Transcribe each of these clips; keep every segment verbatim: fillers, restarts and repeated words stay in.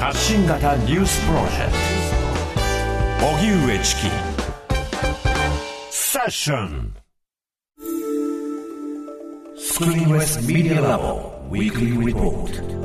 発信型ニュースプロジェクト荻上チキセッションスクリーンレスメディアラボウィークリーリポート。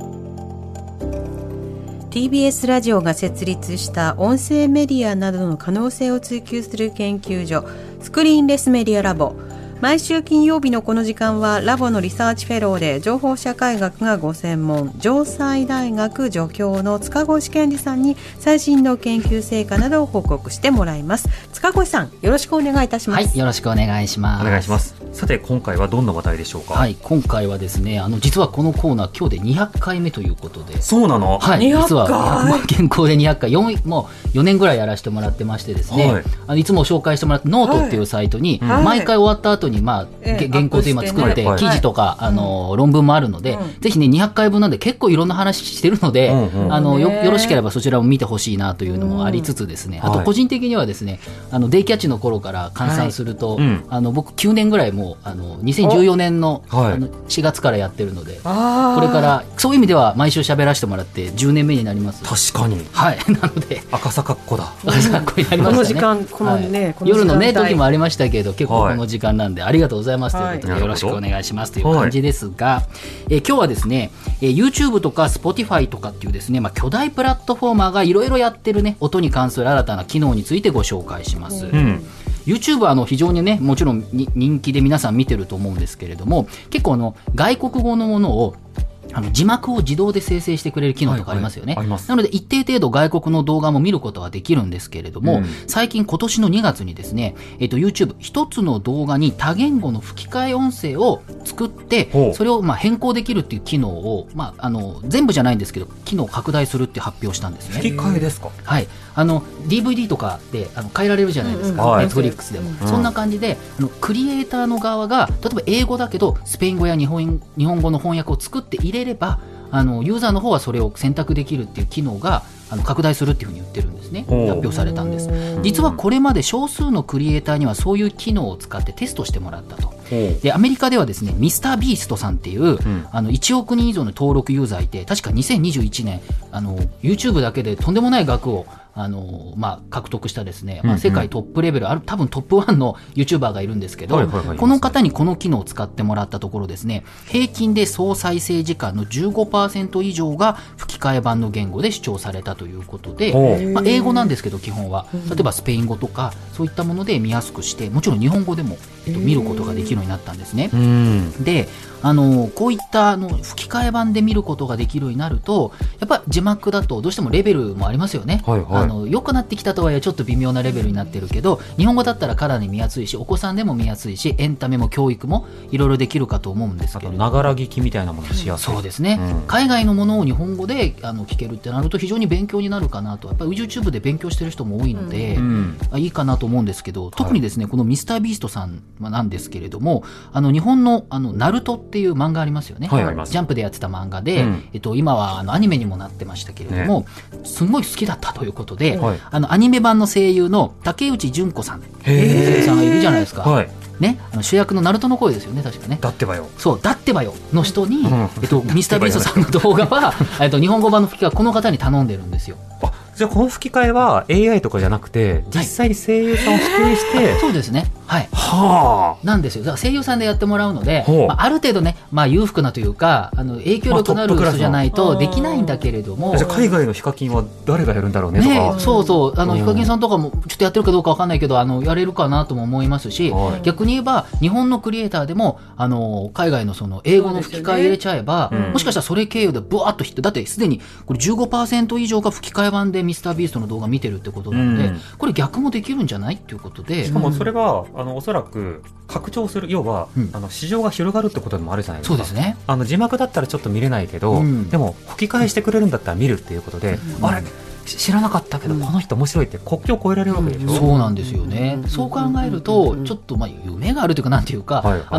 ティービーエス ラジオが設立した音声メディアなどの可能性を追求する研究所スクリーンレスメディアラボ。毎週金曜日のこの時間はラボのリサーチフェローで情報社会学がご専門、城西大学助教の塚越健二さんに最新の研究成果などを報告してもらいます。塚越さん、よろしくお願いいたします。 はい、よろしくお願いします。 お願いします。さて今回はどんな話題でしょうか。 はい、今回はですね、あの実はこのコーナー今日でにひゃっかいめということで。 そうなの？ はい、 にひゃっかい実は、まあ、現行でにひゃっかい、よんもうよねんぐらいやらせてもらってましてですね、はい、あのいつも紹介してもらってノートっていうサイトに、はい、毎回終わった後にまあ、えー原稿と今作って、記事とか、あの論文もあるので、うん、ぜひねにひゃっかいぶんなんで結構いろんな話してるので、うんうん、あの よ, よろしければそちらも見てほしいなというのもありつつですね、うん、あと個人的にはですね、あのデイキャッチの頃から換算すると、はいうん、あの僕きゅうねんぐらいもうあのにせんじゅうよねん の, あのしがつからやってるので、これからそういう意味では毎週喋らせてもらってじゅうねんめになります。 確かに、 はい、なので赤坂っ子だ、 赤坂っ子になりましたね。 この時間この、ねはい、この夜のね時もありましたけど結構この時間なんでありがとうございますということで、はい、よろしくお願いしますという感じですが、はい、え今日はですね、え YouTube とか Spotify とかっていうですね、まあ、巨大プラットフォーマーがいろいろやってるね音に関する新たな機能についてご紹介します。うん、YouTube はあの非常にねもちろんに人気で皆さん見てると思うんですけれども、結構あの外国語のものをあの字幕を自動で生成してくれる機能とかありますよね、はいはい、なので一定程度外国の動画も見ることはできるんですけれども、うん、最近今年のにがつにですね、えっと、YouTube 一つの動画に多言語の吹き替え音声を作ってそれをまあ変更できるっていう機能を、まあ、あの全部じゃないんですけど機能を拡大するって発表したんですね。 吹き替えですか？ はい、あの ディーブイディー とかであの変えられるじゃないですか、 うんうん、 Netflix でも、 うん、 そんな感じであのクリエイターの側が例えば英語だけどスペイン語や日本、日本語の翻訳を作って入れればあのユーザーの方はそれを選択できるっていう機能があの拡大するっていうふうに言ってるんですね。発表されたんです。実はこれまで少数のクリエイターにはそういう機能を使ってテストしてもらったと。でアメリカではですねミスタービーストさんっていう、うん、あのいちおくにん以上の登録ユーザーいて、確かにせんにじゅういちねんあの YouTube だけでとんでもない額をあのまあ、獲得したですね、まあ、世界トップレベル、ある多分トップワンの YouTuber がいるんですけど、はいはいはい、この方にこの機能を使ってもらったところですね、平均で総再生時間の じゅうごパーセント 以上が吹き替え版の言語で視聴されたということで、まあ、英語なんですけど基本は例えばスペイン語とかそういったもので見やすくして、もちろん日本語でも、えっと、見ることができるようになったんですね。であのこういったあの吹き替え版で見ることができるようになると、やっぱり字幕だとどうしてもレベルもありますよね、はいはい、あの良くなってきたとはいえちょっと微妙なレベルになってるけど、日本語だったらかなり見やすいしお子さんでも見やすいしエンタメも教育もいろいろできるかと思うんですけど、 ながら聞きみたいなものをしやすい。 そうですね、うん、海外のものを日本語であの聞けるってなると非常に勉強になるかなと。やっぱり YouTube で勉強してる人も多いので、うん、いいかなと思うんですけど、特にですね、はい、このミスタービーストさんなんですけれども、あの日本のあのナルトっていう漫画ありますよね、はい、ジャンプでやってた漫画で、うんえっと、今はあのアニメにもなってましたけれども、ね、すごい好きだったということで、はい、あのアニメ版の声優の竹内純子さん声優さんがいるじゃないですか、はいね、あの主役のナルトの声ですよね確かね。 だってばよ。 そうだってばよの人に、うんえっと、ミスタービーストさんの動画はえっと日本語版の吹き替えはこの方に頼んでるんですよ。 あじゃあこの吹き替えは エーアイ とかじゃなくて実際に声優さんを指定して、 はい、そうですね、はい、 はあ、 なんですよ。だから声優さんでやってもらうので、まあ、ある程度ね、まあ、裕福なというかあの影響力のある人じゃないとできないんだけれども、 じゃあ海外のヒカキンは誰がやるんだろうねとか、ね、 そうそうあのヒカキンさんとかもちょっとやってるかどうか分かんないけどあのやれるかなとも思いますし、はい、逆に言えば日本のクリエイターでもあの海外のその英語の吹き替え入れちゃえば、ねうん、もしかしたらそれ経由でブワーッとヒット。だってすでにこれ じゅうごパーセント 以上が吹き替え版でミスタービーストの動画見てるってことなので、うん、これ逆もできるんじゃないっていうことで、 しかもそれはあのおそらく拡張する、要は、うん、あの市場が広がるってことでもあるじゃないですか。 そうですね。 あの字幕だったらちょっと見れないけど、うん、でも吹き替えしてくれるんだったら見るっていうことで、うん、あれ知らなかったけど、うん、この人面白いって国境を越えられるわけでしょ、うん、 そうなんですよね、うん、そう考えるとちょっとまあ夢があるというかなんていうか、はいはい、あの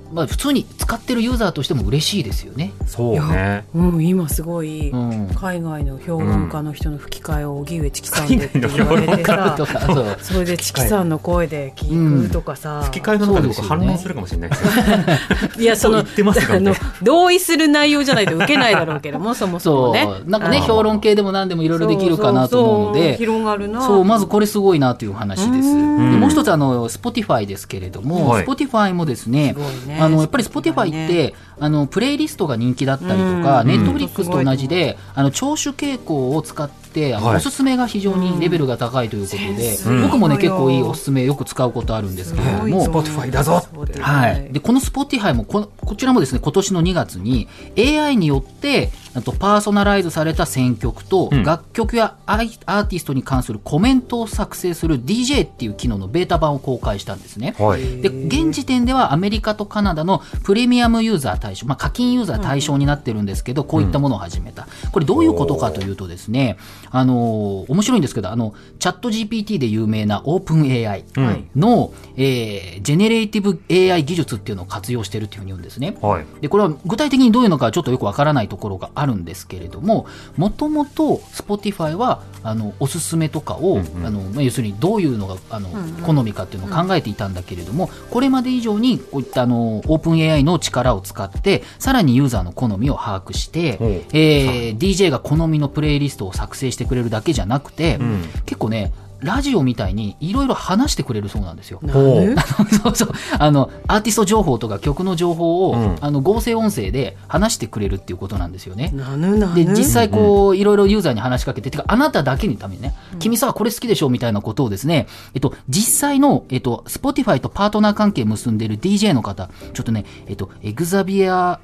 まあ、普通に使ってるユーザーとしても嬉しいですよね。 そうね、 うん、今すごい、 うん、 海外の評論家の人の吹き替えを荻上チキさんでって言われてさそうそれでチキさんの声で聞くとかさ、 うん、吹き替えの中で僕反論するかもしれないですよいやその言ってますか、ね、 あの同意する内容じゃないと受けないだろうけどもそもそもねそうなんかね評論系でも何でもいろいろできるかなと思うので、 そうそうそう広がるな。 そうまずこれすごいなという話です。でもう一つあの Spotify ですけれども、はい、Spotify もですね、ねあのやっぱり Spotify って、ね、あのプレイリストが人気だったりとか、Netflix と同じであの聴取傾向を使ってあのはい、おすすめが非常にレベルが高いということで、うん、僕もね結構いいおすすめよく使うことあるんですけれども Spotify だぞって、 はい、でこの Spotify も こ, こちらもですね今年のにがつに エーアイ によってあとパーソナライズされた選曲と、うん、楽曲やアーティストに関するコメントを作成する ディージェー っていう機能のベータ版を公開したんですね、はい、で現時点ではアメリカとカナダのプレミアムユーザー対象、まあ、課金ユーザー対象になってるんですけど、うん、こういったものを始めた。これどういうことかというとですね、あの面白いんですけどあのチャット ジーピーティー で有名なオープン エーアイ の、うんえー、ジェネレーティブ エーアイ 技術っていうのを活用しているというふうに言うんですね、はい、でこれは具体的にどういうのかちょっとよくわからないところがあるんですけれども、もともと Spotify はあのおすすめとかを、うんうんあの要するにどういうのがあの、うんうん、好みかっていうのを考えていたんだけれども、うん、これまで以上にこういったあのオープン エーアイ の力を使ってさらにユーザーの好みを把握して、うんえー、ディージェー が好みのプレイリストを作成してくれるだけじゃなくて、うん、結構ねラジオみたいにいろいろ話してくれるそうなんですよ。そうそうあのアーティスト情報とか曲の情報を、うん、あの合成音声で話してくれるっていうことなんですよね。 なぬなぬで実際こういろいろユーザーに話しかけて、てかあなただけにためにね、うん、君さこれ好きでしょみたいなことをですね、えっと、実際の、えっと、Spotify とパートナー関係結んでいる ディージェー の方ちょっとね、えっと、エグザビア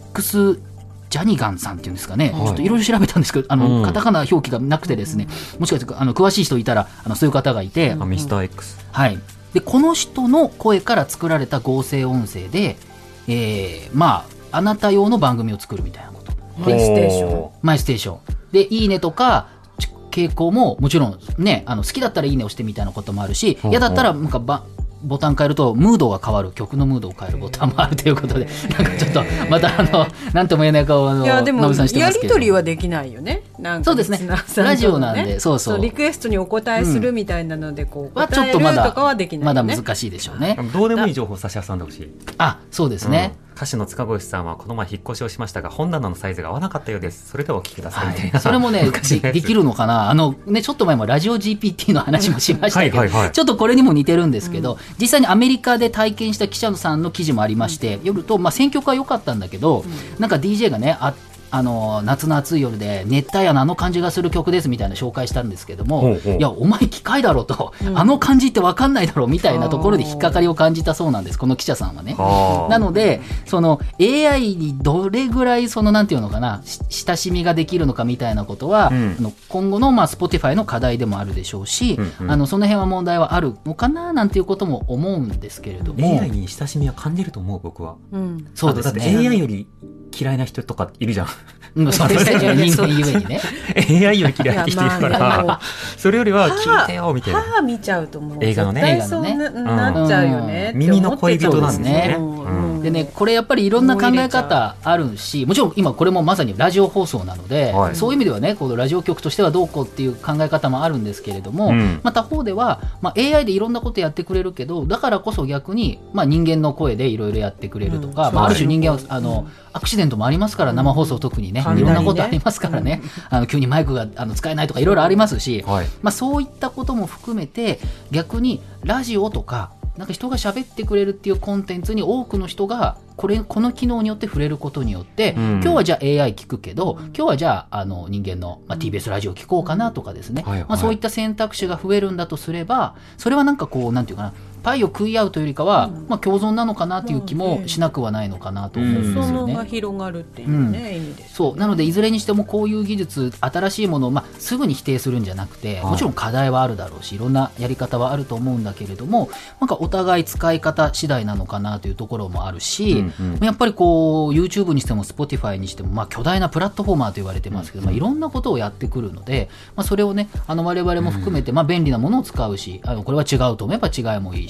Xジャニガンさんっていうんですかね、はい、ちょっといろいろ調べたんですけどあの、うん、カタカナ表記がなくてですね、もしかしてあの詳しい人いたらあのそういう方がいて、 ミスター X、 はい、でこの人の声から作られた合成音声で、えー、まああなた用の番組を作るみたいなこと。 マイステーションマイステーションでいいねとか傾向ももちろんねあの好きだったらいいねをしてみたいなこともあるし、嫌だったらなんかばボタン変えるとムードが変わる、曲のムードを変えるボタンもあるということで、なんかちょっとまたあのなんとも言えない顔をあのいやでもナミさんしてますけど、 やり取りはできないよね。なんかそうですね、ラジオなんでそうそうそうリクエストにお答えするみたいなのでこう、うん、答えるとかはできないよね。 まだ難しいでしょうね。 どうでもいい情報を差し挟んでほしい。 あそうですね、 うん、歌手の塚越さんはこの前引っ越しをしましたが本棚のサイズが合わなかったようです。それではお聞きくださいみたいな、はい、 それもねで, できるのかなあの、ね、ちょっと前もラジオ ジーピーティー の話もしましたけどはいはい、はい、ちょっとこれにも似てるんですけど、うん、実際にアメリカで体験した記者さんの記事もありまして、うん、よると、まあ、選曲は良かったんだけど、うん、なんか ディージェー がねああの夏の暑い夜で熱帯夜のあの感じがする曲ですみたいな紹介したんですけども、ほうほういやお前機械だろと、うん、あの感じって分かんないだろうみたいなところで引っかかりを感じたそうなんです、この記者さんはね。なのでその エーアイ にどれぐらいそのなんていうのかな親しみができるのかみたいなことは、うん、あの今後のまあ Spotify の課題でもあるでしょうし、うんうん、あのその辺は問題はあるのかななんていうことも思うんですけれども、 エーアイ に親しみは感じると思う僕は、 うん、そうですね。 だって エーアイ より嫌いな人とかいるじゃんうん、それ人間ゆえにねエーアイ より嫌いな人いるから、まあ、それよりは聞いてよみたいな。 母見ちゃうと思う映画のね絶対そう な, なっちゃうよね、 うん、耳の恋人なんですね。 でねこれやっぱりいろんな考え方あるし、もちろん今これもまさにラジオ放送なので、はい、そういう意味ではねこのラジオ局としてはどうこうっていう考え方もあるんですけれども、うん、まあ、他方では、まあ、エーアイ でいろんなことやってくれるけどだからこそ逆に、まあ、人間の声でいろいろやってくれるとか、うんまあ、ある種人間はあの、うん、アクシデントもありますから、生放送特にね、うん、いろんなことありますからね、うん、あの急にマイクがあの使えないとかいろいろありますし、はい、まあ、そういったことも含めて逆にラジオとかなんか人が喋ってくれるっていうコンテンツに多くの人がこれこの機能によって触れることによって、うん、今日はじゃあ エーアイ 聞くけど今日はじゃあ、あの人間の、まあ、ティービーエス ラジオ聞こうかなとかですね、はいはい、まあ、そういった選択肢が増えるんだとすればそれはなんかこうなんていうかなパイを食い合うというよりかは、うんまあ、共存なのかなという気もしなくはないのかなと思うんですよね。 そのが広がるっていうね、うん、意味です、ね、そうなのでいずれにしてもこういう技術新しいものを、まあ、すぐに否定するんじゃなくて、はい、もちろん課題はあるだろうしいろんなやり方はあると思うんだけれどもなんかお互い使い方次第なのかなというところもあるし、うんうん、やっぱりこう YouTube にしても Spotify にしても、まあ、巨大なプラットフォーマーと言われてますけど、うんまあ、いろんなことをやってくるので、まあ、それをねあの我々も含めて、まあ、便利なものを使うしあのこれは違うと思えば違いもいい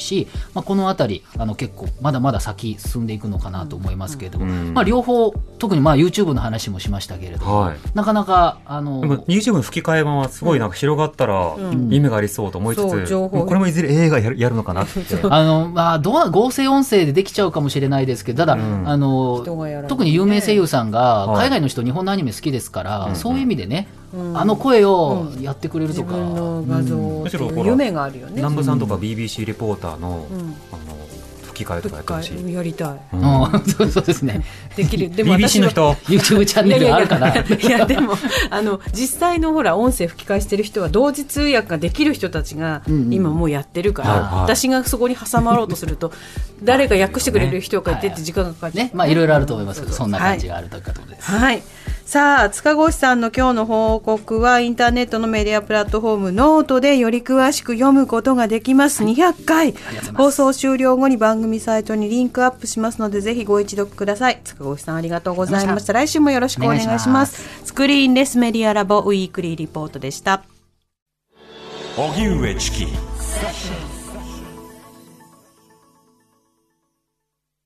し、まあ、このあたりあの結構まだまだ先進んでいくのかなと思いますけれども、 うんまあ、両方特にまあ YouTube の話もしましたけれども、 はい、 なかなかあのでも YouTube の吹き替え版はすごいなんか広がったら意味がありそうと思いつつ、 そう情報これもいずれ映画やる、やるのかなってあの、まあ、どうな合成音声でできちゃうかもしれないですけど、ただ、 うんあの人がやらないね特に有名声優さんがはい海外の人、日本のアニメ好きですから、 うんそういう意味でね、 うんあの声をやってくれる自とか、 分の画像うんっていう夢があるよね。 南部さんとか ビービーシー レポーターの、 うんあの吹き替えとかやってほしい。 やりたい。 うんうんそうそうですね。 できる。でもビービーシー の人 YouTube チャンネルがあるかな。 いやいやいやいやでもあの実際のほら音声吹き替えしてる人は同時通訳ができる人たちがうんうん今もうやってるから、 はいはい私がそこに挟まろうとすると誰が訳してくれる人がいてって時間がかかっちゃう、 ね、まあいろいろあると思いますけど、 そうそうそんな感じがあるということです。 はい。さあ、塚越さんの今日の報告はインターネットのメディアプラットフォームノートでより詳しく読むことができます。にひゃっかい放送終了後に番組サイトにリンクアップしますのでぜひご一読ください。塚越さんありがとうございました。来週もよろしくお願いします。 お願いしますスクリーンレスメディアラボウィークリーリポートでした。 荻上チキ